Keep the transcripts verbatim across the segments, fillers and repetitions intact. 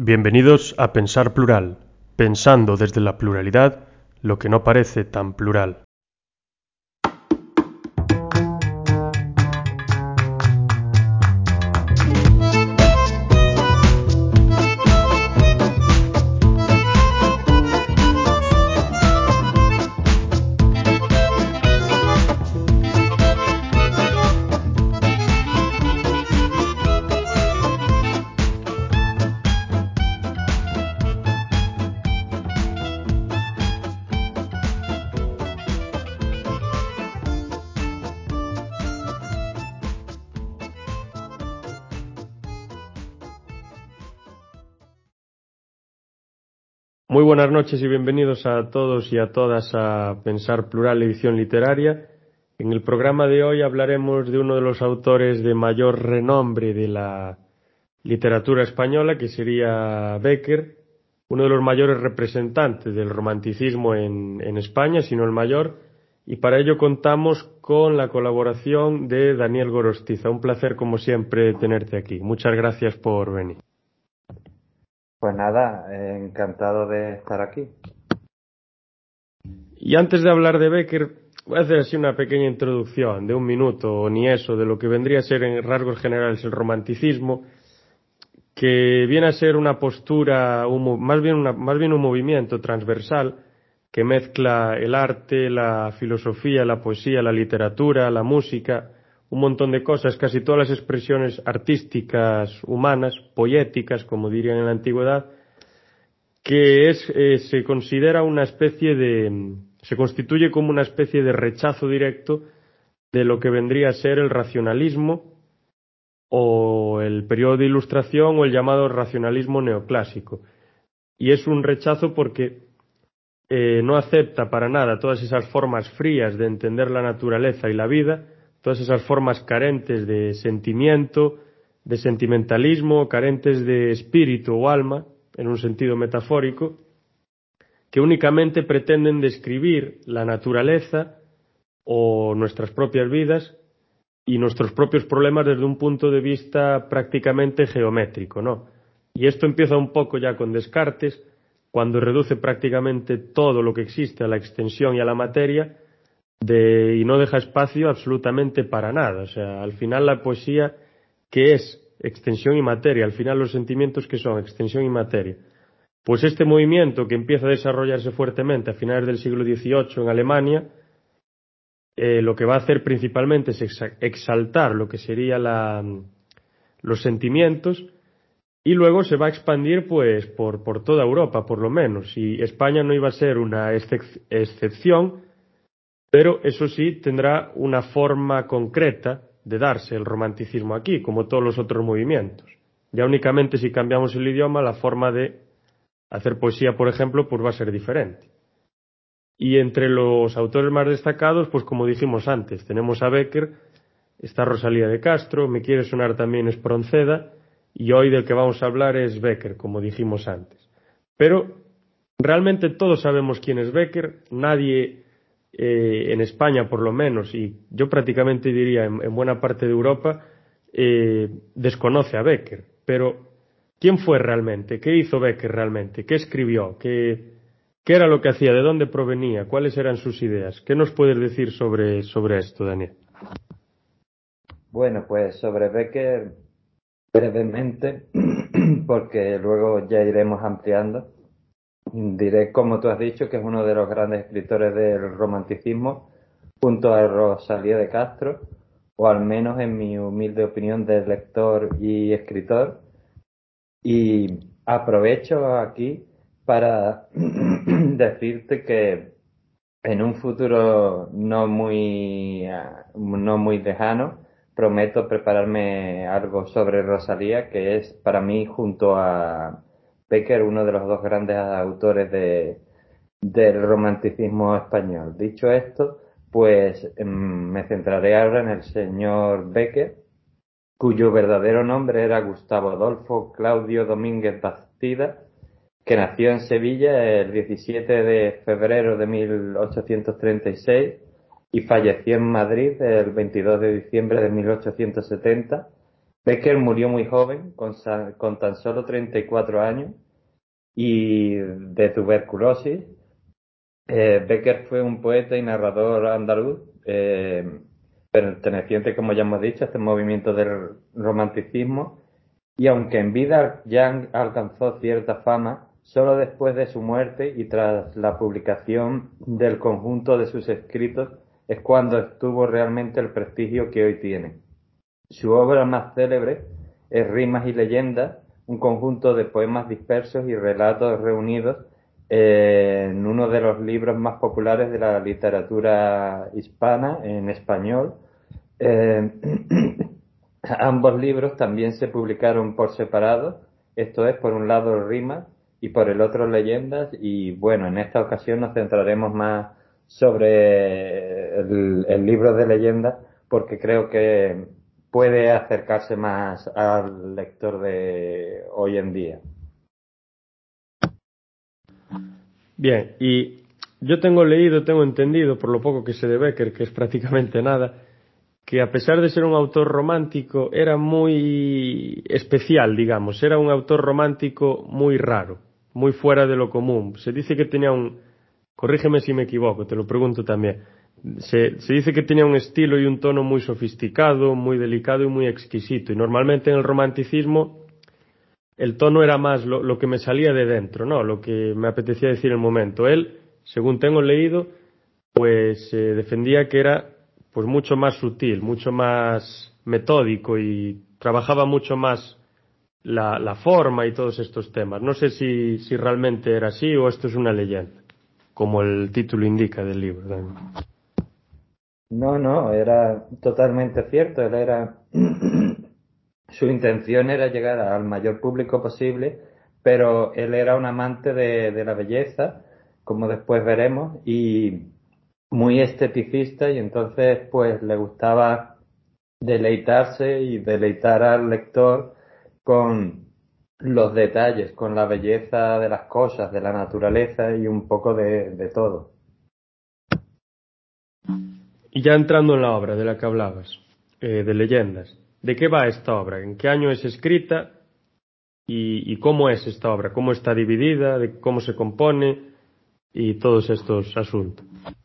Bienvenidos a Pensar Plural, pensando desde la pluralidad lo que no parece tan plural. Muy buenas noches y bienvenidos a todos y a todas a Pensar Plural, edición literaria. En el programa de hoy hablaremos de uno de los autores de mayor renombre de la literatura española, que sería Bécquer, uno de los mayores representantes del romanticismo en, en España, si no el mayor, y para ello contamos con la colaboración de Daniel Gorostiza. Un placer, como siempre, tenerte aquí. Muchas gracias por venir. Pues nada, eh, encantado de estar aquí. Y antes de hablar de Bécquer, voy a hacer así una pequeña introducción de un minuto, o ni eso, de lo que vendría a ser en rasgos generales el romanticismo, que viene a ser una postura, un, más, bien una, más bien un movimiento transversal que mezcla el arte, la filosofía, la poesía, la literatura, la música, un montón de cosas, casi todas las expresiones artísticas humanas, poéticas, como dirían en la antigüedad, que es, eh, se considera una especie de, se constituye como una especie de rechazo directo de lo que vendría a ser el racionalismo o el periodo de Ilustración o el llamado racionalismo neoclásico. Y es un rechazo porque eh, no acepta para nada todas esas formas frías de entender la naturaleza y la vida, todas esas formas carentes de sentimiento, de sentimentalismo, carentes de espíritu o alma, en un sentido metafórico, que únicamente pretenden describir la naturaleza o nuestras propias vidas y nuestros propios problemas desde un punto de vista prácticamente geométrico, ¿no? Y esto empieza un poco ya con Descartes, cuando reduce prácticamente todo lo que existe a la extensión y a la materia, de, y no deja espacio absolutamente para nada. O sea, al final la poesía, ¿qué es? Extensión y materia. Al final los sentimientos, ¿qué son? Extensión y materia. Pues este movimiento, que empieza a desarrollarse fuertemente a finales del siglo dieciocho en Alemania, eh, lo que va a hacer principalmente es exaltar lo que serían los sentimientos, y luego se va a expandir pues por, por toda Europa, por lo menos, y España no iba a ser una excep excepción, pero eso sí tendrá una forma concreta de darse el romanticismo aquí, como todos los otros movimientos. Ya únicamente si cambiamos el idioma, la forma de hacer poesía, por ejemplo, pues va a ser diferente. Y entre los autores más destacados, pues como dijimos antes, tenemos a Bécquer, está Rosalía de Castro, Me quiere sonar también Espronceda, y hoy del que vamos a hablar es Bécquer, como dijimos antes. Pero realmente todos sabemos quién es Bécquer, nadie eh, en España por lo menos, y yo prácticamente diría en, en buena parte de Europa, eh, desconoce a Bécquer. Pero ¿quién fue realmente? ¿Qué hizo Bécquer realmente? ¿Qué escribió? ¿Qué, qué era lo que hacía? ¿De dónde provenía? ¿Cuáles eran sus ideas? ¿Qué nos puedes decir sobre, sobre esto, Daniel? Bueno, pues sobre Bécquer brevemente, porque luego ya iremos ampliando. Diré, como tú has dicho, que es uno de los grandes escritores del romanticismo, junto a Rosalía de Castro, o al menos en mi humilde opinión de lector y escritor. Y aprovecho aquí para decirte que en un futuro no muy, no muy lejano, prometo prepararme algo sobre Rosalía, que es para mí, junto a Bécquer, uno de los dos grandes autores de, del romanticismo español. Dicho esto, pues me centraré ahora en el señor Bécquer, cuyo verdadero nombre era Gustavo Adolfo Claudio Domínguez Bastida, que nació en Sevilla el diecisiete de febrero de mil ochocientos treinta y seis y falleció en Madrid el veintidós de diciembre de mil ochocientos setenta, Becker murió muy joven, con, sa- con tan solo treinta y cuatro años, y de tuberculosis. Eh, Becker fue un poeta y narrador andaluz, eh, perteneciente, como ya hemos dicho, a este movimiento del romanticismo, y aunque en vida ya alcanzó cierta fama, solo después de su muerte y tras la publicación del conjunto de sus escritos es cuando obtuvo realmente el prestigio que hoy tiene. Su obra más célebre es Rimas y leyendas, un conjunto de poemas dispersos y relatos reunidos eh, en uno de los libros más populares de la literatura hispana en español. Eh, Ambos libros también se publicaron por separado, esto es, por un lado Rimas y por el otro Leyendas, y bueno, en esta ocasión nos centraremos más sobre el, el libro de Leyendas porque creo que puede acercarse más al lector de hoy en día. Bien, y yo tengo leído, tengo entendido, por lo poco que sé de Becker, que es prácticamente nada, que a pesar de ser un autor romántico, era muy especial, digamos, era un autor romántico muy raro, muy fuera de lo común. Se dice que tenía un, corrígeme si me equivoco, te lo pregunto también, se, se dice que tenía un estilo y un tono muy sofisticado, muy delicado y muy exquisito, y normalmente en el romanticismo el tono era más lo, lo que me salía de dentro, ¿no? Lo que me apetecía decir en el momento. Él, según tengo leído, pues eh, defendía que era pues mucho más sutil, mucho más metódico y trabajaba mucho más la, la forma y todos estos temas. No sé si, si realmente era así o esto es una leyenda, como el título indica del libro, ¿no? No, no, era totalmente cierto. Él era, su intención era llegar al mayor público posible, pero él era un amante de, de la belleza, como después veremos, y muy esteticista, y entonces pues le gustaba deleitarse y deleitar al lector con los detalles, con la belleza de las cosas, de la naturaleza y un poco de, de todo. Y ya entrando en la obra de la que hablabas, eh, de leyendas, ¿de qué va esta obra? ¿En qué año es escrita? ¿Y, y cómo es esta obra? ¿Cómo está dividida? ¿De cómo se compone? Y todos estos asuntos.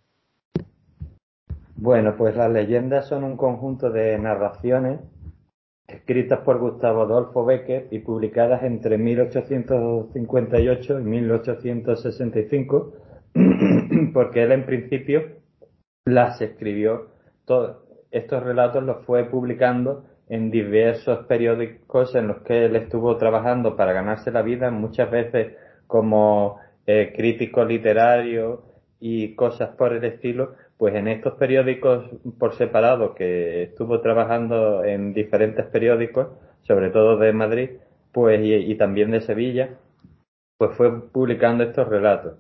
Bueno, pues las leyendas son un conjunto de narraciones escritas por Gustavo Adolfo Bécquer y publicadas entre mil ochocientos cincuenta y ocho y mil ochocientos sesenta y cinco, porque él en principio las escribió, todos estos relatos los fue publicando en diversos periódicos en los que él estuvo trabajando para ganarse la vida, muchas veces como eh, crítico literario y cosas por el estilo, pues en estos periódicos por separado que estuvo trabajando en diferentes periódicos, sobre todo de Madrid, pues y, y también de Sevilla, pues fue publicando estos relatos.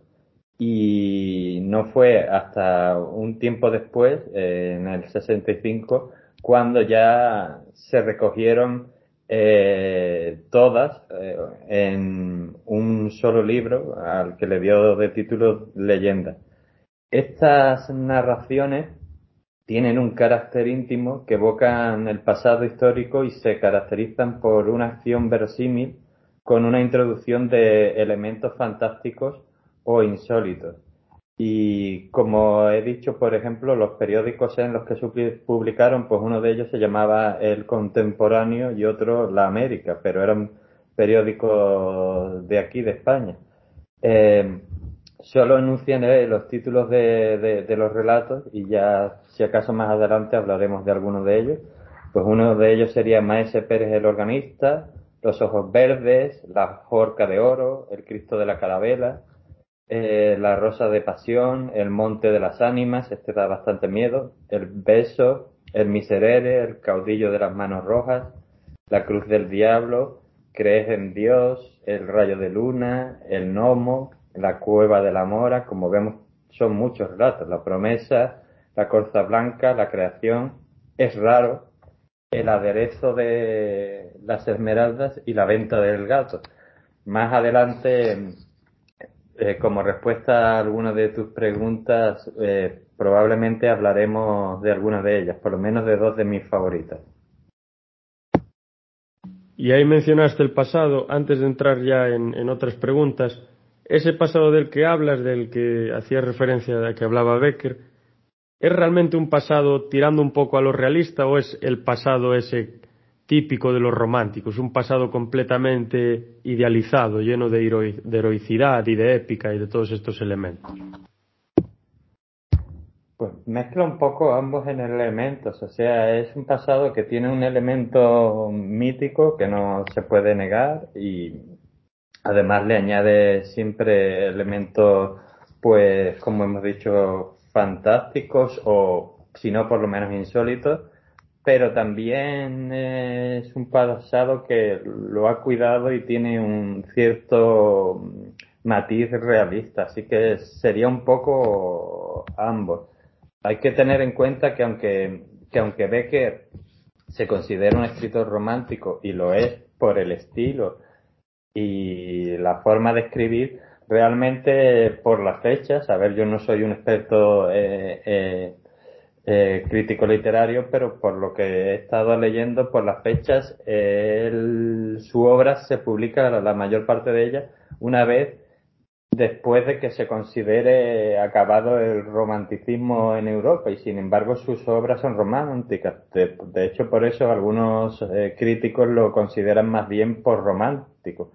Y no fue hasta un tiempo después, eh, en el sesenta y cinco, cuando ya se recogieron eh, todas eh, en un solo libro al que le dio de título Leyenda. Estas narraciones tienen un carácter íntimo que evocan el pasado histórico y se caracterizan por una acción verosímil con una introducción de elementos fantásticos o insólitos. Y como he dicho, por ejemplo, los periódicos en los que se publicaron, pues uno de ellos se llamaba El Contemporáneo y otro La América, pero eran periódicos de aquí, de España. Eh, Solo enuncian eh, los títulos de, de, de los relatos y ya, si acaso más adelante hablaremos de algunos de ellos. Pues uno de ellos sería Maese Pérez el organista, Los ojos verdes, La Forca de oro, El Cristo de la Carabela, eh, La Rosa de Pasión, El Monte de las Ánimas, este da bastante miedo, El Beso, El Miserere, El Caudillo de las Manos Rojas, La Cruz del Diablo, Crees en Dios, El Rayo de Luna, El Gnomo, La Cueva de la Mora. Como vemos, son muchos relatos. La Promesa, La Corza Blanca, La Creación, Es Raro, El Aderezo de las Esmeraldas y La Venta del Gato. Más adelante, eh, como respuesta a alguna de tus preguntas, eh, probablemente hablaremos de algunas de ellas, por lo menos de dos de mis favoritas. Y ahí mencionaste el pasado, antes de entrar ya en, en otras preguntas, ese pasado del que hablas, del que hacías referencia, de que hablaba Becker, ¿es realmente un pasado tirando un poco a lo realista o es el pasado ese típico de los románticos, un pasado completamente idealizado, lleno de, heroi- de heroicidad y de épica y de todos estos elementos? Pues mezcla un poco ambos en elementos, o sea, es un pasado que tiene un elemento mítico que no se puede negar y además le añade siempre elementos, pues, como hemos dicho, fantásticos o, si no, por lo menos insólitos, pero también es un pasado que lo ha cuidado y tiene un cierto matiz realista, así que sería un poco ambos. Hay que tener en cuenta que aunque, que aunque Becker se considera un escritor romántico y lo es por el estilo y la forma de escribir, realmente por las fechas, a ver, yo no soy un experto eh, eh, eh, crítico literario, pero por lo que he estado leyendo, por las fechas, eh, él- su obra se publica, la, la mayor parte de ella, una vez después de que se considere acabado el romanticismo en Europa, y sin embargo sus obras son románticas. De, de hecho, por eso algunos eh, críticos lo consideran más bien por romántico.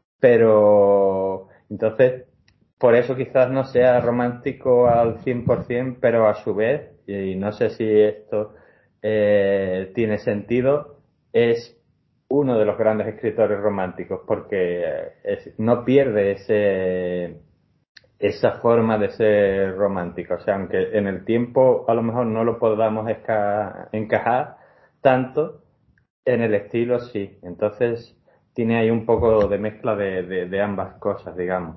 Pero entonces, por eso quizás no sea romántico al cien por ciento, pero a su vez, y no sé si esto eh, tiene sentido, es uno de los grandes escritores románticos, porque es- no pierde ese, esa forma de ser romántico. O sea, aunque en el tiempo a lo mejor no lo podamos esca- encajar tanto, en el estilo sí. Entonces tiene ahí un poco de mezcla de, de, de ambas cosas, digamos.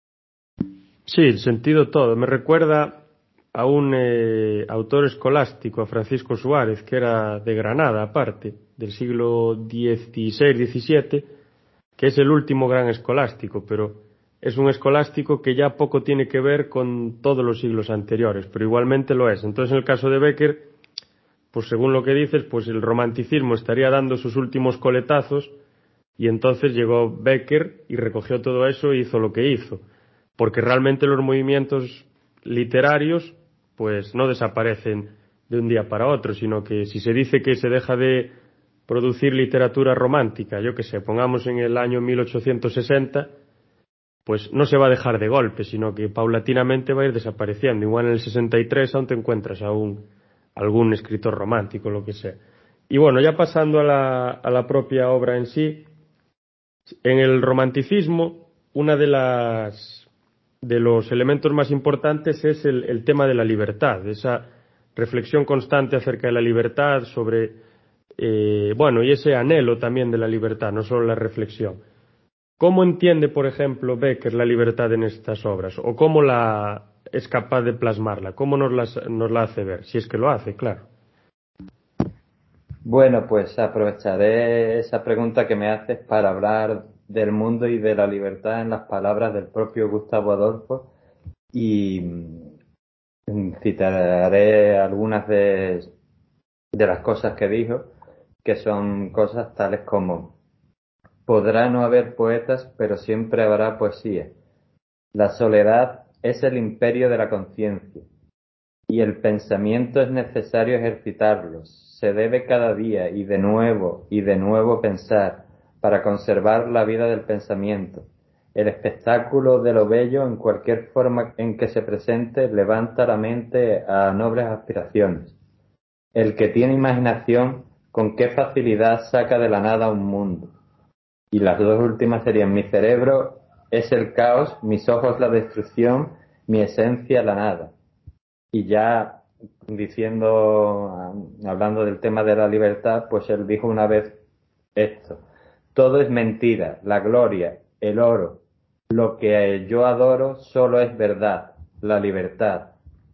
Sí, el sentido todo. Me recuerda a un eh, autor escolástico, a Francisco Suárez, que era de Granada, aparte, del siglo dieciséis diecisiete, que es el último gran escolástico, pero es un escolástico que ya poco tiene que ver con todos los siglos anteriores, pero igualmente lo es. Entonces, en el caso de Becker, pues según lo que dices, pues el romanticismo estaría dando sus últimos coletazos y entonces llegó Becker y recogió todo eso e hizo lo que hizo. Porque realmente los movimientos literarios pues no desaparecen de un día para otro, sino que si se dice que se deja de producir literatura romántica, yo que sé, pongamos en el año mil ochocientos sesenta, pues no se va a dejar de golpe, sino que paulatinamente va a ir desapareciendo. Igual en el sesenta y tres aún te encuentras a un, algún escritor romántico, lo que sea. Y bueno, ya pasando a la, a la propia obra en sí, en el romanticismo, una de las de los elementos más importantes es el, el tema de la libertad, esa reflexión constante acerca de la libertad, sobre eh, bueno, y ese anhelo también de la libertad, no solo la reflexión. ¿Cómo entiende, por ejemplo, Becker la libertad en estas obras? ¿O cómo la es capaz de plasmarla? ¿Cómo nos, las, nos la hace ver? Si es que lo hace, claro. Bueno, pues aprovecharé esa pregunta que me haces para hablar del mundo y de la libertad en las palabras del propio Gustavo Adolfo y mm, citaré algunas de, de las cosas que dijo, que son cosas tales como: podrá no haber poetas, pero siempre habrá poesía. La soledad es el imperio de la conciencia, y el pensamiento es necesario ejercitarlo. Se debe cada día y de nuevo y de nuevo pensar para conservar la vida del pensamiento. El espectáculo de lo bello, en cualquier forma en que se presente, levanta la mente a nobles aspiraciones. El que tiene imaginación, con qué facilidad saca de la nada un mundo. Y las dos últimas serían: mi cerebro es el caos, mis ojos la destrucción, mi esencia la nada. Y ya diciendo, hablando del tema de la libertad, pues él dijo una vez esto: todo es mentira, la gloria, el oro, lo que yo adoro solo es verdad, la libertad.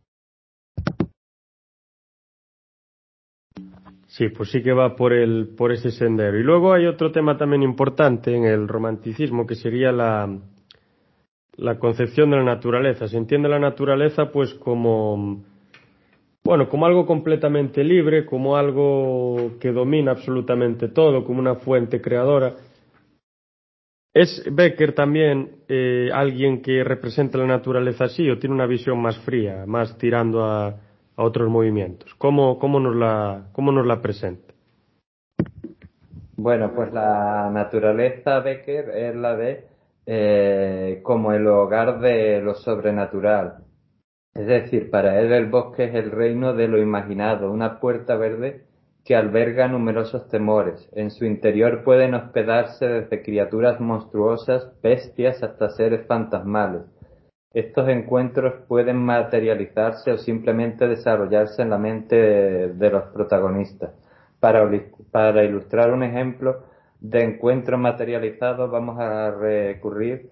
Sí, pues sí que va por el, por ese sendero. Y luego hay otro tema también importante en el romanticismo, que sería la, la concepción de la naturaleza. Se entiende la naturaleza pues como bueno, como algo completamente libre, como algo que domina absolutamente todo, como una fuente creadora. ¿Es Becker también eh, alguien que representa la naturaleza así o tiene una visión más fría, más tirando a, a otros movimientos? ¿Cómo, cómo nos la, cómo nos la presenta? Bueno, pues la naturaleza Becker es la de eh, como el hogar de lo sobrenatural. Es decir, para él el bosque es el reino de lo imaginado, una puerta verde que alberga numerosos temores. En su interior pueden hospedarse desde criaturas monstruosas, bestias, hasta seres fantasmales. Estos encuentros pueden materializarse o simplemente desarrollarse en la mente de, de los protagonistas. Para, para ilustrar un ejemplo de encuentro materializado, vamos a recurrir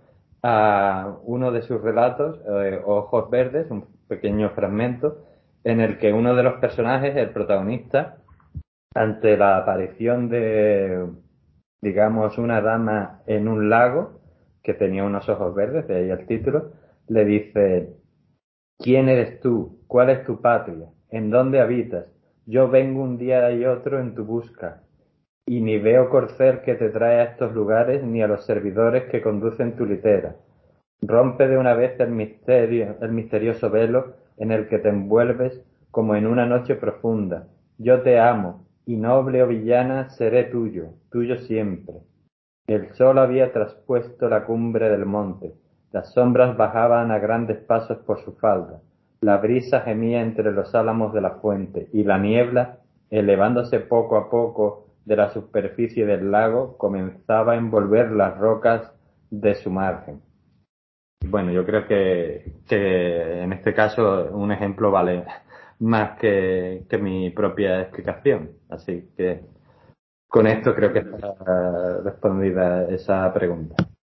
a uno de sus relatos, eh, Ojos Verdes, un pequeño fragmento, en el que uno de los personajes, el protagonista, ante la aparición de, digamos, una dama en un lago que tenía unos ojos verdes, de ahí el título, le dice: ¿quién eres tú? ¿Cuál es tu patria? ¿En dónde habitas? Yo vengo un día y otro en tu busca, y ni veo corcel que te trae a estos lugares, ni a los servidores que conducen tu litera. Rompe de una vez el misterio, el misterioso velo en el que te envuelves como en una noche profunda. Yo te amo, y noble o villana seré tuyo, tuyo siempre. El sol había traspuesto la cumbre del monte, las sombras bajaban a grandes pasos por su falda, la brisa gemía entre los álamos de la fuente, y la niebla, elevándose poco a poco de la superficie del lago, comenzaba a envolver las rocas de su margen. Bueno, yo creo que, que en este caso un ejemplo vale más que, que mi propia explicación. Así que con esto creo que está respondida esa pregunta.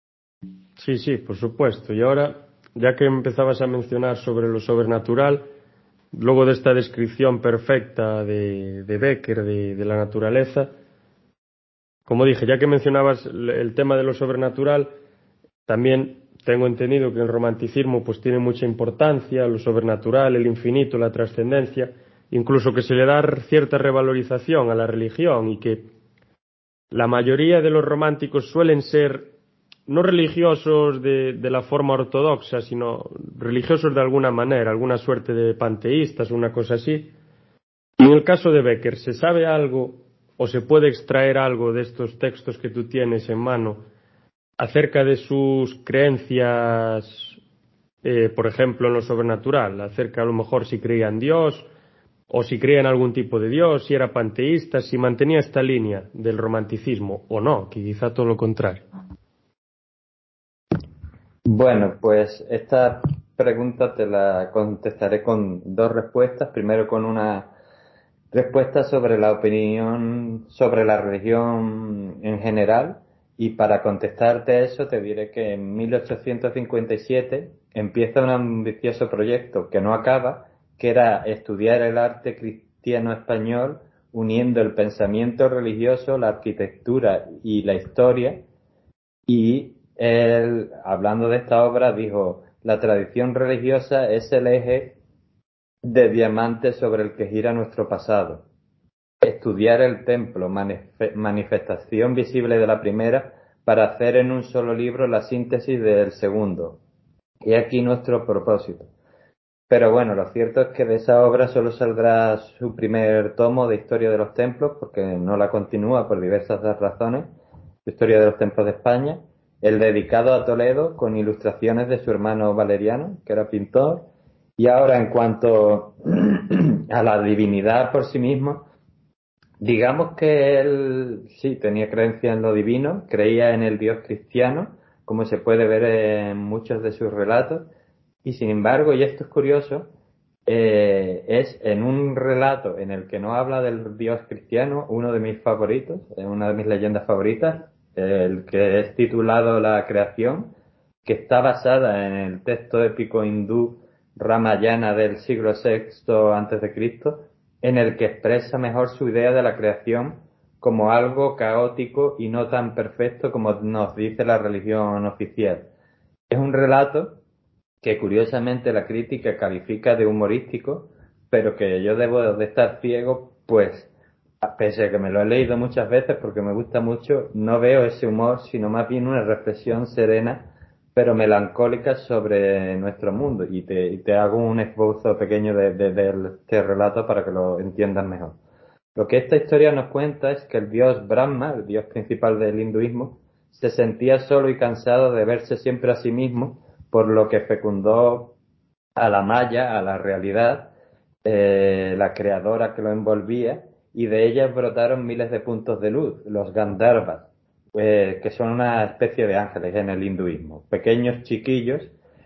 Sí, sí, por supuesto. Y ahora, ya que empezabas a mencionar sobre lo sobrenatural, luego de esta descripción perfecta de, de Becker, de, de la naturaleza, como dije, ya que mencionabas el el tema de lo sobrenatural, también tengo entendido que el romanticismo pues tiene mucha importancia, lo sobrenatural, el infinito, la trascendencia, incluso que se le da cierta revalorización a la religión y que la mayoría de los románticos suelen ser no religiosos de, de la forma ortodoxa, sino religiosos de alguna manera, alguna suerte de panteístas, una cosa así. Y en el caso de Becker, ¿se sabe algo o se puede extraer algo de estos textos que tú tienes en mano acerca de sus creencias, eh, por ejemplo, en lo sobrenatural, acerca a lo mejor si creía en Dios o si creía en algún tipo de Dios, si era panteísta, si mantenía esta línea del romanticismo o no, que quizá todo lo contrario? Bueno, pues esta pregunta te la contestaré con dos respuestas. Primero con una respuesta sobre la opinión sobre la religión en general, y para contestarte a eso te diré que en mil ochocientos cincuenta y siete empieza un ambicioso proyecto que no acaba, que era estudiar el arte cristiano español uniendo el pensamiento religioso, la arquitectura y la historia. Y él, hablando de esta obra, dijo: la tradición religiosa es el eje de diamante sobre el que gira nuestro pasado. Estudiar el templo, manifestación visible de la primera, para hacer en un solo libro la síntesis del segundo. Y aquí nuestro propósito. Pero bueno, lo cierto es que de esa obra solo saldrá su primer tomo de Historia de los Templos, porque no la continúa por diversas razones. Historia de los Templos de España, el dedicado a Toledo, con ilustraciones de su hermano Valeriano, que era pintor. Y ahora, en cuanto a la divinidad por sí mismo, digamos que él sí tenía creencia en lo divino, creía en el Dios cristiano, como se puede ver en muchos de sus relatos, y sin embargo, y esto es curioso, eh, es en un relato en el que no habla del Dios cristiano, uno de mis favoritos, una de mis leyendas favoritas, el que es titulado La Creación, que está basada en el texto épico hindú Ramayana del siglo sexto antes de Cristo, en el que expresa mejor su idea de la creación como algo caótico y no tan perfecto como nos dice la religión oficial. Es un relato que curiosamente la crítica califica de humorístico, pero que yo debo de estar ciego, pues, pese a que me lo he leído muchas veces porque me gusta mucho, no veo ese humor, sino más bien una reflexión serena, pero melancólica sobre nuestro mundo. Y te, y te hago un esbozo pequeño de, de, de este relato para que lo entiendas mejor. Lo que esta historia nos cuenta es que el dios Brahma, el dios principal del hinduismo, se sentía solo y cansado de verse siempre a sí mismo, por lo que fecundó a la Maya, a la realidad, eh, la creadora que lo envolvía, y de ellas brotaron miles de puntos de luz, los Gandharvas, eh, que son una especie de ángeles en el hinduismo, pequeños chiquillos,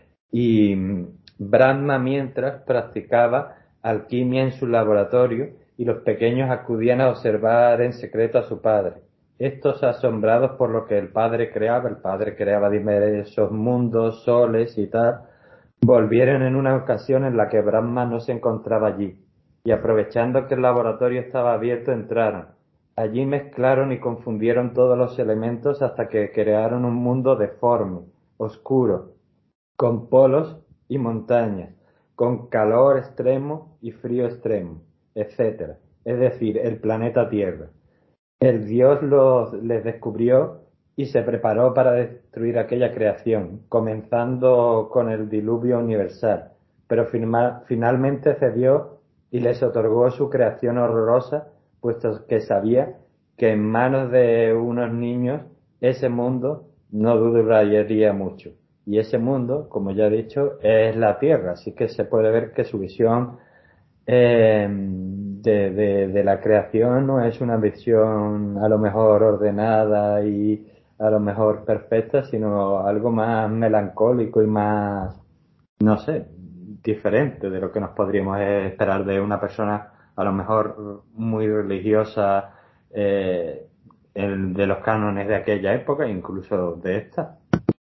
y Brahma mientras practicaba alquimia en su laboratorio y los pequeños acudían a observar en secreto a su padre. Estos asombrados por lo que el padre creaba, el padre creaba diversos mundos, soles y tal, volvieron en una ocasión en la que Brahma no se encontraba allí, y aprovechando que el laboratorio estaba abierto entraron. Allí mezclaron y confundieron todos los elementos hasta que crearon un mundo deforme, oscuro, con polos y montañas, con calor extremo y frío extremo, etcétera. Es decir, el planeta Tierra. El dios los, les descubrió y se preparó para destruir aquella creación, comenzando con el diluvio universal, pero firma, finalmente cedió y les otorgó su creación horrorosa, puesto que sabía que en manos de unos niños ese mundo no duraría mucho. Y ese mundo, como ya he dicho, es la Tierra, así que se puede ver que su visión eh, de, de, de la creación no es una visión a lo mejor ordenada y a lo mejor perfecta, sino algo más melancólico y más, no sé, diferente de lo que nos podríamos esperar de una persona a lo mejor muy religiosa, eh, el, de los cánones de aquella época, incluso de esta.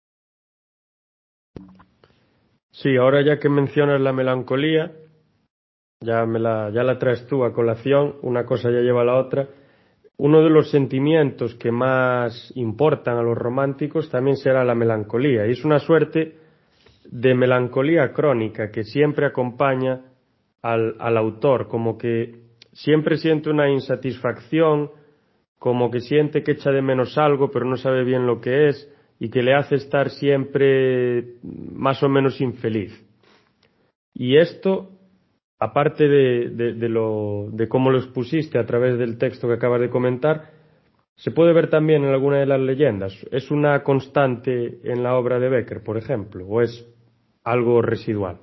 Sí, ahora ya que mencionas la melancolía, ya me la, ya la traes tú a colación, una cosa ya lleva a la otra. Uno de los sentimientos que más importan a los románticos también será la melancolía, y es una suerte de melancolía crónica que siempre acompaña al, al autor, como que siempre siente una insatisfacción, como que siente que echa de menos algo pero no sabe bien lo que es y que le hace estar siempre más o menos infeliz. Y esto, aparte de, de, de, lo, de cómo lo expusiste a través del texto que acabas de comentar, se puede ver también en alguna de las leyendas. ¿Es una constante en la obra de Becker, por ejemplo, o es algo residual?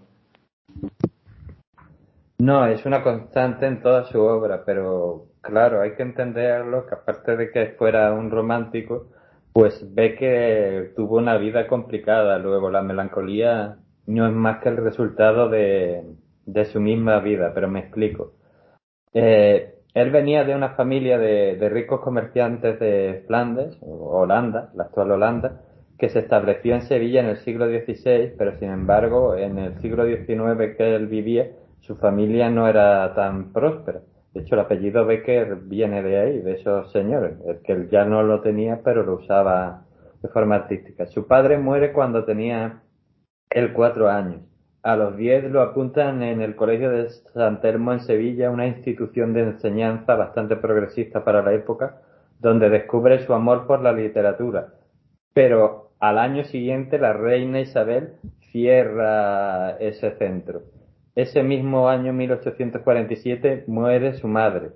No, es una constante en toda su obra, pero claro, hay que entenderlo que aparte de que fuera un romántico, pues ve que tuvo una vida complicada. Luego, la melancolía no es más que el resultado de, de su misma vida, pero me explico. Eh, él venía de una familia de, de ricos comerciantes de Flandes, o Holanda, la actual Holanda, que se estableció en Sevilla en el siglo dieciséis, pero sin embargo, en el siglo diecinueve que él vivía, su familia no era tan próspera. De hecho, el apellido Becker viene de ahí, de esos señores, el que él ya no lo tenía, pero lo usaba de forma artística. Su padre muere cuando tenía él cuatro años. A los diez lo apuntan en el Colegio de San Telmo en Sevilla, una institución de enseñanza bastante progresista para la época, donde descubre su amor por la literatura. Pero al año siguiente la reina Isabel cierra ese centro. Ese mismo año, mil ochocientos cuarenta y siete, muere su madre.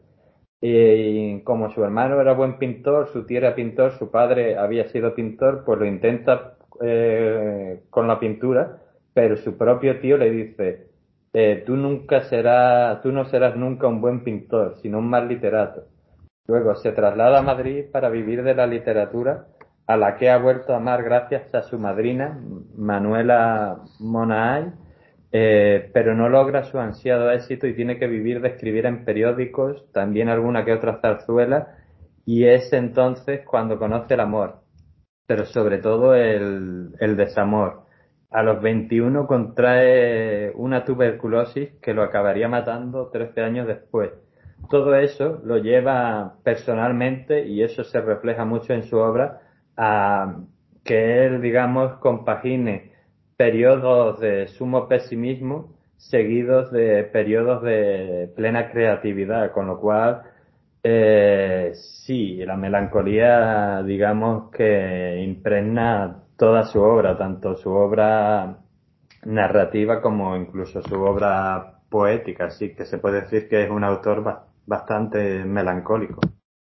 Y como su hermano era buen pintor, su tío era pintor, su padre había sido pintor, pues lo intenta eh, con la pintura, pero su propio tío le dice, eh, tú nunca serás, tú no serás nunca un buen pintor, sino un mal literato. Luego se traslada a Madrid para vivir de la literatura, a la que ha vuelto a amar gracias a su madrina, Manuela Monahay, eh, pero no logra su ansiado éxito y tiene que vivir de escribir en periódicos, también alguna que otra zarzuela, y es entonces cuando conoce el amor, pero sobre todo el, el desamor. A los veintiuno contrae una tuberculosis que lo acabaría matando trece años después. Todo eso lo lleva personalmente, y eso se refleja mucho en su obra, a que él, digamos, compagine periodos de sumo pesimismo, seguidos de periodos de plena creatividad, con lo cual eh, sí, la melancolía, digamos que impregna toda su obra, tanto su obra narrativa como incluso su obra poética, así que se puede decir que es un autor ba- bastante melancólico.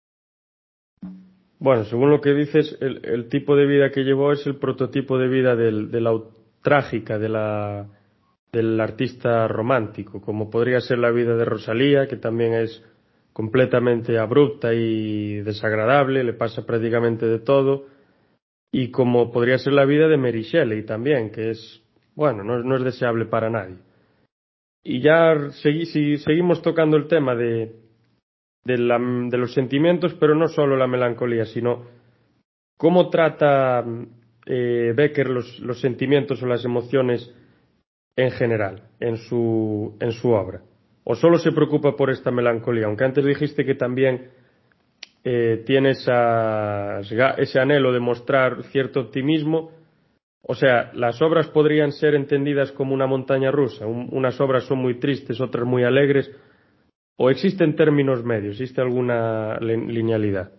Bueno, según lo que dices, el, el tipo de vida que llevó es el prototipo de vida del, de la au- trágica, de la, del artista romántico, como podría ser la vida de Rosalía, que también es completamente abrupta y desagradable, le pasa prácticamente de todo, y como podría ser la vida de Mary Shelley también, que es, bueno, no, no es deseable para nadie. Y ya segui- si seguimos tocando el tema de, de, la- de los sentimientos, pero no solo la melancolía, sino cómo trata eh, Becker los, los sentimientos o las emociones en general en su, en su obra. ¿O solo se preocupa por esta melancolía? Aunque antes dijiste que también eh, tiene esas ga- ese anhelo de mostrar cierto optimismo. O sea, las obras podrían ser entendidas como una montaña rusa. Un- unas obras son muy tristes, otras muy alegres. ¿O existen términos medios? ¿Existe alguna lin- linealidad?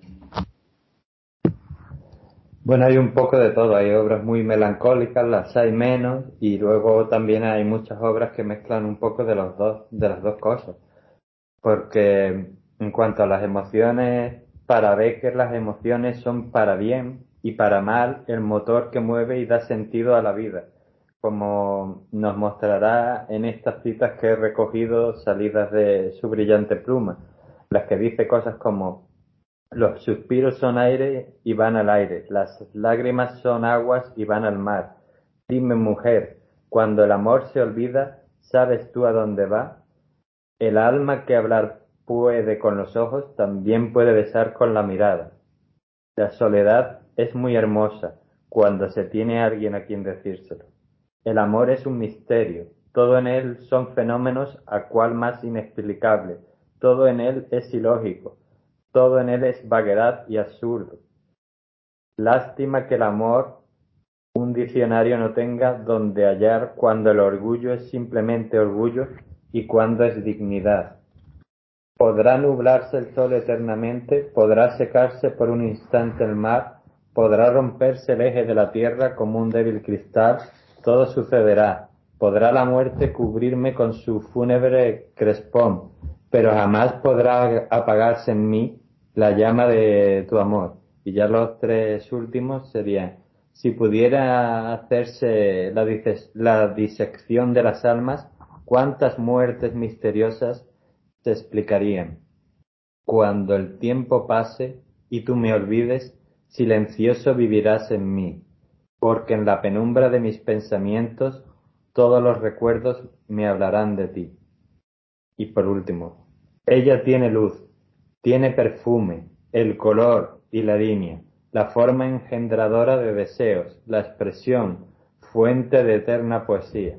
Bueno, hay un poco de todo, hay obras muy melancólicas, las hay menos, y luego también hay muchas obras que mezclan un poco de los dos, de las dos cosas. Porque en cuanto a las emociones, para Becker las emociones son para bien y para mal el motor que mueve y da sentido a la vida, como nos mostrará en estas citas que he recogido salidas de su brillante pluma, las que dice cosas como: los suspiros son aire y van al aire, las lágrimas son aguas y van al mar. Dime, mujer, cuando el amor se olvida, ¿sabes tú a dónde va? El alma que hablar puede con los ojos, también puede besar con la mirada. La soledad es muy hermosa cuando se tiene a alguien a quien decírselo. El amor es un misterio, todo en él son fenómenos a cual más inexplicable, todo en él es ilógico, todo en él es vaguedad y absurdo. Lástima que el amor un diccionario no tenga donde hallar cuando el orgullo es simplemente orgullo y cuando es dignidad. Podrá nublarse el sol eternamente, podrá secarse por un instante el mar, podrá romperse el eje de la tierra como un débil cristal, todo sucederá. Podrá la muerte cubrirme con su fúnebre crespón, pero jamás podrá apagarse en mí la llama de tu amor. Y ya los tres últimos serían: si pudiera hacerse la, dices- la disección de las almas, cuántas muertes misteriosas se explicarían. Cuando el tiempo pase y tú me olvides, silencioso vivirás en mí, porque en la penumbra de mis pensamientos todos los recuerdos me hablarán de ti. Y por último, ella tiene luz, tiene perfume, el color y la línea, la forma engendradora de deseos, la expresión, fuente de eterna poesía.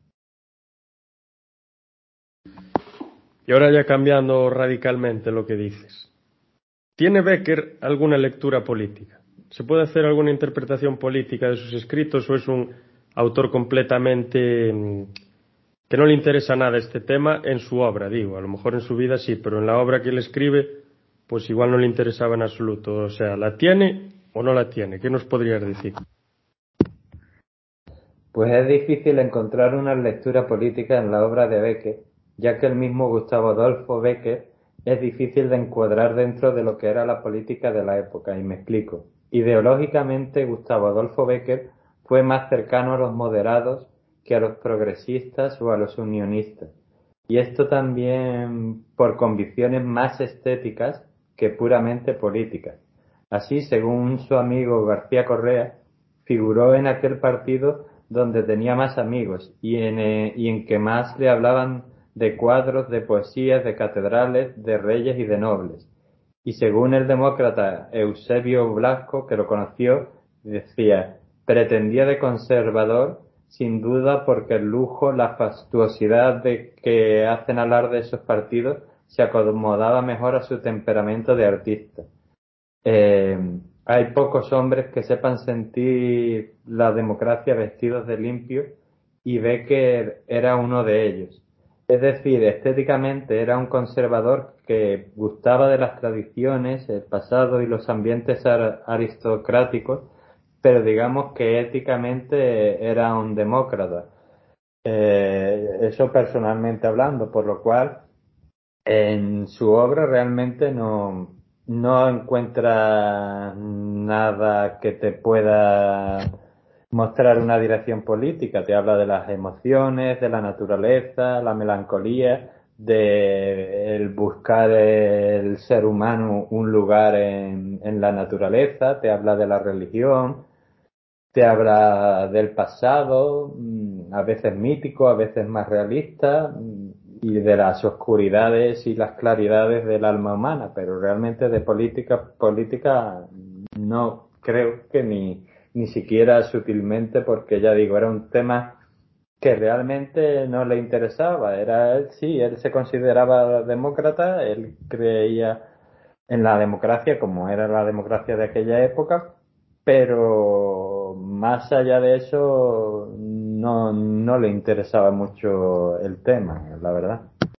Y ahora ya cambiando radicalmente lo que dices. ¿Tiene Becker alguna lectura política? ¿Se puede hacer alguna interpretación política de sus escritos o es un autor completamente mm, que no le interesa nada este tema en su obra? Digo, a lo mejor en su vida sí, pero en la obra que él escribe, pues igual no le interesaba en absoluto. O sea, ¿la tiene o no la tiene? ¿Qué nos podrías decir? Pues es difícil encontrar una lectura política en la obra de Becker, ya que el mismo Gustavo Adolfo Becker es difícil de encuadrar dentro de lo que era la política de la época, y me explico. Ideológicamente, Gustavo Adolfo Becker fue más cercano a los moderados que a los progresistas o a los unionistas, y esto también por convicciones más estéticas que puramente políticas. Así, según su amigo García Correa, figuró en aquel partido donde tenía más amigos y en, eh, y en que más le hablaban de cuadros, de poesías, de catedrales, de reyes y de nobles. Y según el demócrata Eusebio Blasco, que lo conoció, decía: pretendía de conservador, sin duda porque el lujo, la fastuosidad de que hacen alarde esos partidos se acomodaba mejor a su temperamento de artista. Eh, Hay pocos hombres que sepan sentir la democracia vestidos de limpio y Becker era uno de ellos. Es decir, estéticamente era un conservador que gustaba de las tradiciones, el pasado y los ambientes aristocráticos, pero digamos que éticamente era un demócrata. Eh, eso personalmente hablando, por lo cual en su obra realmente no, no encuentra nada que te pueda mostrar una dirección política. Te habla de las emociones, de la naturaleza, la melancolía, de el buscar el ser humano un lugar en, en la naturaleza, te habla de la religión, te habla del pasado, a veces mítico, a veces más realista, y de las oscuridades y las claridades del alma humana, pero realmente de política, política no creo que ni, ni siquiera sutilmente, porque ya digo, era un tema que realmente no le interesaba. Era él, sí, él se consideraba demócrata, él creía en la democracia como era la democracia de aquella época, pero más allá de eso no, no le interesaba mucho el tema, la verdad.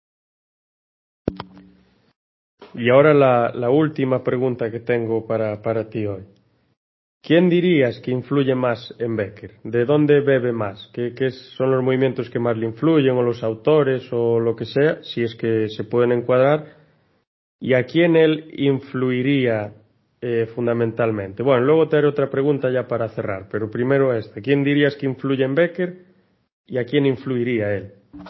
Y ahora la, la última pregunta que tengo para, para ti hoy. ¿Quién dirías que influye más en Becker? ¿De dónde bebe más? ¿Qué, qué son los movimientos que más le influyen, o los autores, o lo que sea, si es que se pueden encuadrar? ¿Y a quién él influiría eh, fundamentalmente? Bueno, luego te haré otra pregunta ya para cerrar, pero primero esta. ¿Quién dirías que influye en Becker y a quién influiría él?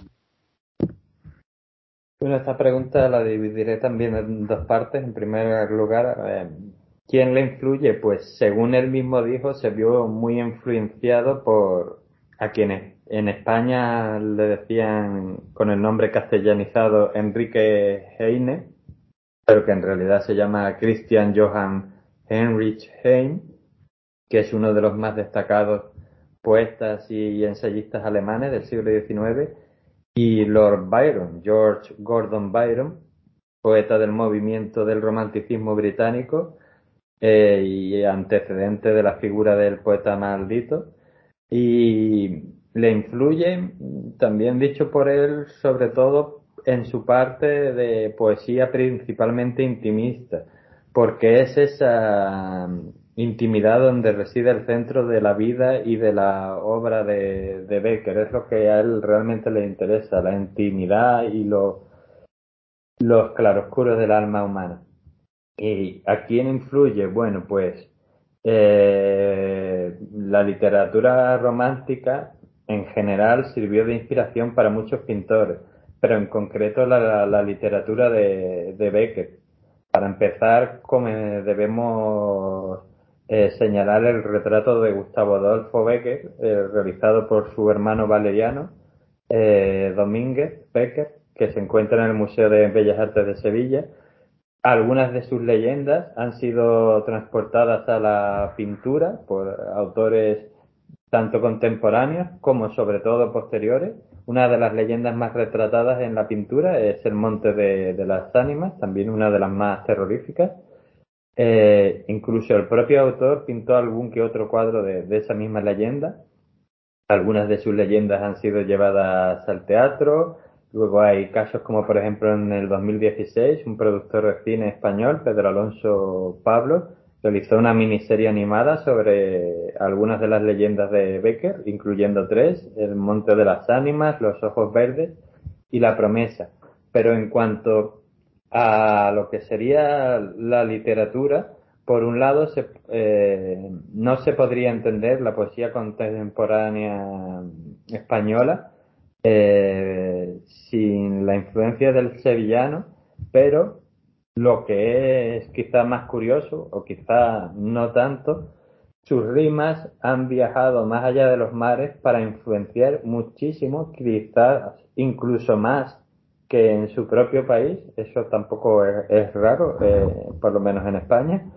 Bueno, esta pregunta la dividiré también en dos partes. En primer lugar, eh, ¿quién le influye? Pues según él mismo dijo, se vio muy influenciado por a quienes en España le decían con el nombre castellanizado Enrique Heine, pero que en realidad se llama Christian Johann Heinrich Heine, que es uno de los más destacados poetas y ensayistas alemanes del siglo diecinueve, y Lord Byron, George Gordon Byron, poeta del movimiento del romanticismo británico eh, y antecedente de la figura del poeta maldito. Y le influye, también dicho por él, sobre todo en su parte de poesía principalmente intimista, porque es esa intimidad donde reside el centro de la vida y de la obra de, de Becker. Es lo que a él realmente le interesa, la intimidad y lo, los claroscuros del alma humana. ¿Y a quién influye? Bueno, pues eh, la literatura romántica en general sirvió de inspiración para muchos pintores, pero en concreto la, la literatura de, de Becker. Para empezar, como debemos eh, señalar el retrato de Gustavo Adolfo Becker, eh, realizado por su hermano Valeriano eh, Domínguez Becker, que se encuentra en el Museo de Bellas Artes de Sevilla. Algunas de sus leyendas han sido transportadas a la pintura por autores tanto contemporáneos como sobre todo posteriores. Una de las leyendas más retratadas en la pintura es el Monte de, de las Ánimas, también una de las más terroríficas. Eh, incluso el propio autor pintó algún que otro cuadro de, de esa misma leyenda. Algunas de sus leyendas han sido llevadas al teatro. Luego hay casos como, por ejemplo, en el dos mil dieciséis, un productor de cine español, Pedro Alonso Pablo, realizó una miniserie animada sobre algunas de las leyendas de Becker, incluyendo tres: El Monte de las Ánimas, Los Ojos Verdes y La Promesa. Pero en cuanto a lo que sería la literatura, por un lado, se, eh, no se podría entender la poesía contemporánea española eh, sin la influencia del sevillano, pero lo que es quizá más curioso, o quizá no tanto, sus rimas han viajado más allá de los mares para influenciar muchísimo, quizás incluso más que en su propio país. Eso tampoco es, es raro, eh, por lo menos en España,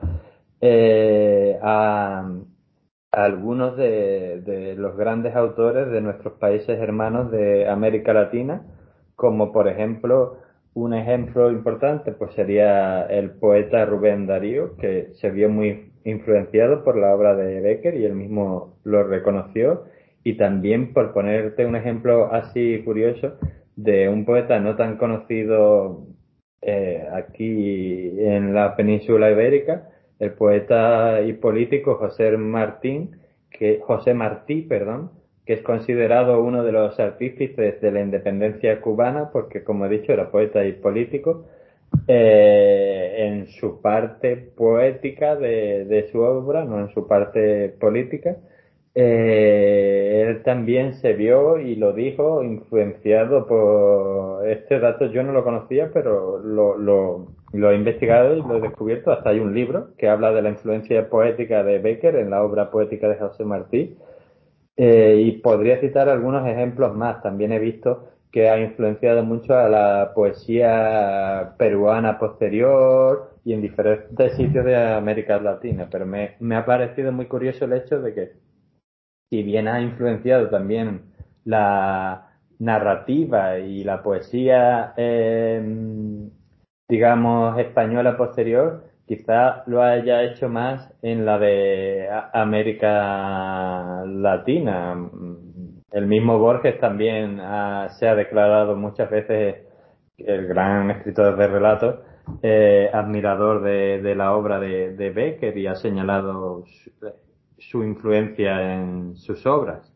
eh, a, a algunos de, de los grandes autores de nuestros países hermanos de América Latina, como por ejemplo, un ejemplo importante pues sería el poeta Rubén Darío, que se vio muy influenciado por la obra de Becker y él mismo lo reconoció, y también, por ponerte un ejemplo así curioso, de un poeta no tan conocido eh, aquí en la península ibérica, el poeta y político José Martín, que, José Martí, perdón, que es considerado uno de los artífices de la independencia cubana, porque como he dicho era poeta y político, eh, en su parte poética de, de su obra, no en su parte política. Eh, él también se vio y lo dijo influenciado por este dato. Yo no lo conocía, pero lo, lo, lo he investigado y lo he descubierto. Hasta hay un libro que habla de la influencia poética de Bécquer en la obra poética de José Martí. Eh, y podría citar algunos ejemplos más. También he visto que ha influenciado mucho a la poesía peruana posterior y en diferentes sitios de América Latina. Pero me, me ha parecido muy curioso el hecho de que, si bien ha influenciado también la narrativa y la poesía, eh, digamos, española posterior, quizá lo haya hecho más en la de América Latina. El mismo Borges también ha, se ha declarado muchas veces, el gran escritor de relatos, eh, admirador de, de la obra de, de Bécquer, y ha señalado su, su influencia en sus obras.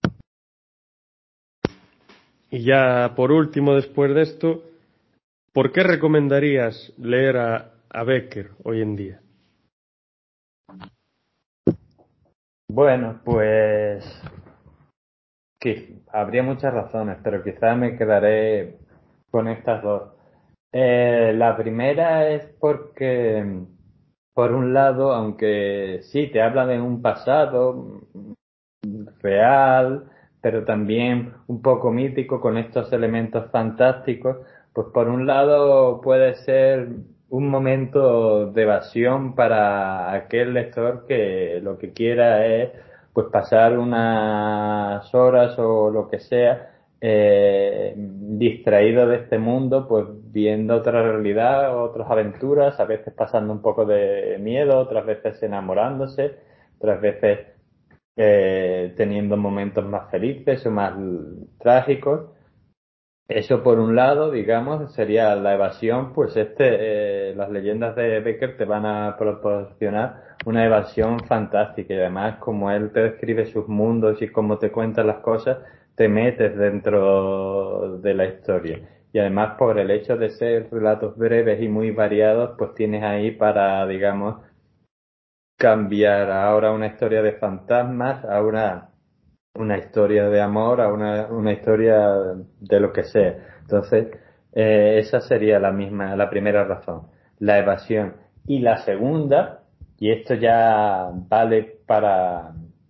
Y ya por último, después de esto, ¿por qué recomendarías leer a, a Bécquer hoy en día? Bueno, pues que habría muchas razones, pero quizás me quedaré con estas dos. Eh, la primera es porque, por un lado, aunque sí te habla de un pasado real, pero también un poco mítico con estos elementos fantásticos, pues por un lado puede ser un momento de evasión para aquel lector que lo que quiera es pues pasar unas horas o lo que sea eh, distraído de este mundo, pues viendo otra realidad, otras aventuras, a veces pasando un poco de miedo, otras veces enamorándose, otras veces eh, teniendo momentos más felices o más trágicos. Eso por un lado, digamos, sería la evasión, pues este, eh, las leyendas de Bécquer te van a proporcionar una evasión fantástica, y además como él te describe sus mundos y cómo te cuenta las cosas, te metes dentro de la historia. Y además por el hecho de ser relatos breves y muy variados, pues tienes ahí para, digamos, cambiar ahora una historia de fantasmas a una, una historia de amor, a una, una historia de lo que sea. Entonces, eh, esa sería la misma, la primera razón, la evasión. Y la segunda, y esto ya vale para,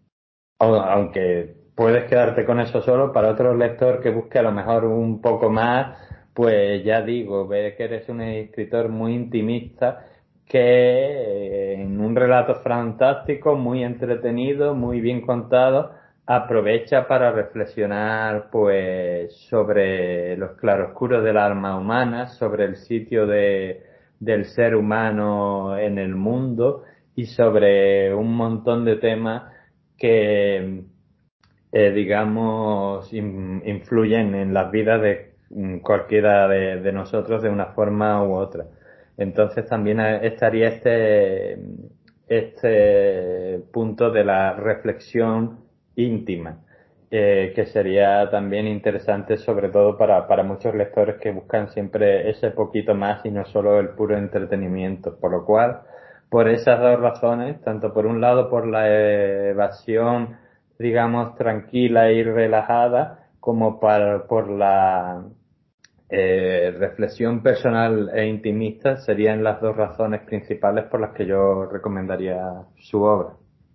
aunque puedes quedarte con eso solo, para otro lector que busque a lo mejor un poco más, pues ya digo, ve que eres un escritor muy intimista que eh, en un relato fantástico, muy entretenido, muy bien contado, aprovecha para reflexionar pues sobre los claroscuros del alma humana, sobre el sitio de, del ser humano en el mundo y sobre un montón de temas que, eh, digamos, in, influyen en las vidas de cualquiera de, de nosotros de una forma u otra. Entonces también estaría este, este punto de la reflexión íntima, eh, que sería también interesante sobre todo para, para muchos lectores que buscan siempre ese poquito más y no solo el puro entretenimiento. Por lo cual, por esas dos razones, tanto por un lado por la evasión, digamos, tranquila y relajada, como para, por la eh, reflexión personal e intimista, serían las dos razones principales por las que yo recomendaría su obra.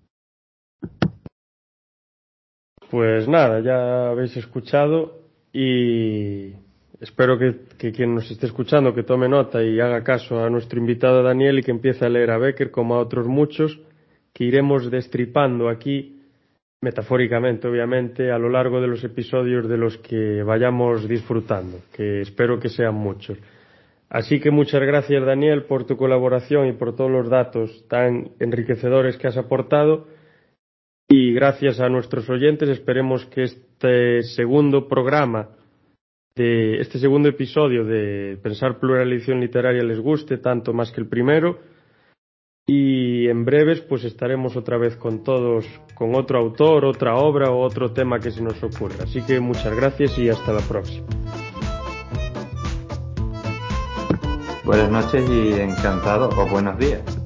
Pues nada, ya habéis escuchado y espero que, que quien nos esté escuchando que tome nota y haga caso a nuestro invitado Daniel y que empiece a leer a Bécquer como a otros muchos que iremos destripando aquí, metafóricamente obviamente, a lo largo de los episodios de los que vayamos disfrutando, que espero que sean muchos. Así que muchas gracias Daniel por tu colaboración y por todos los datos tan enriquecedores que has aportado. Y gracias a nuestros oyentes, esperemos que este segundo programa, de este segundo episodio de Pensar Plural Edición Literaria les guste tanto más que el primero. Y en breves pues estaremos otra vez con todos, con otro autor, otra obra o otro tema que se nos ocurra. Así que muchas gracias y hasta la próxima. Buenas noches y encantado, o buenos días.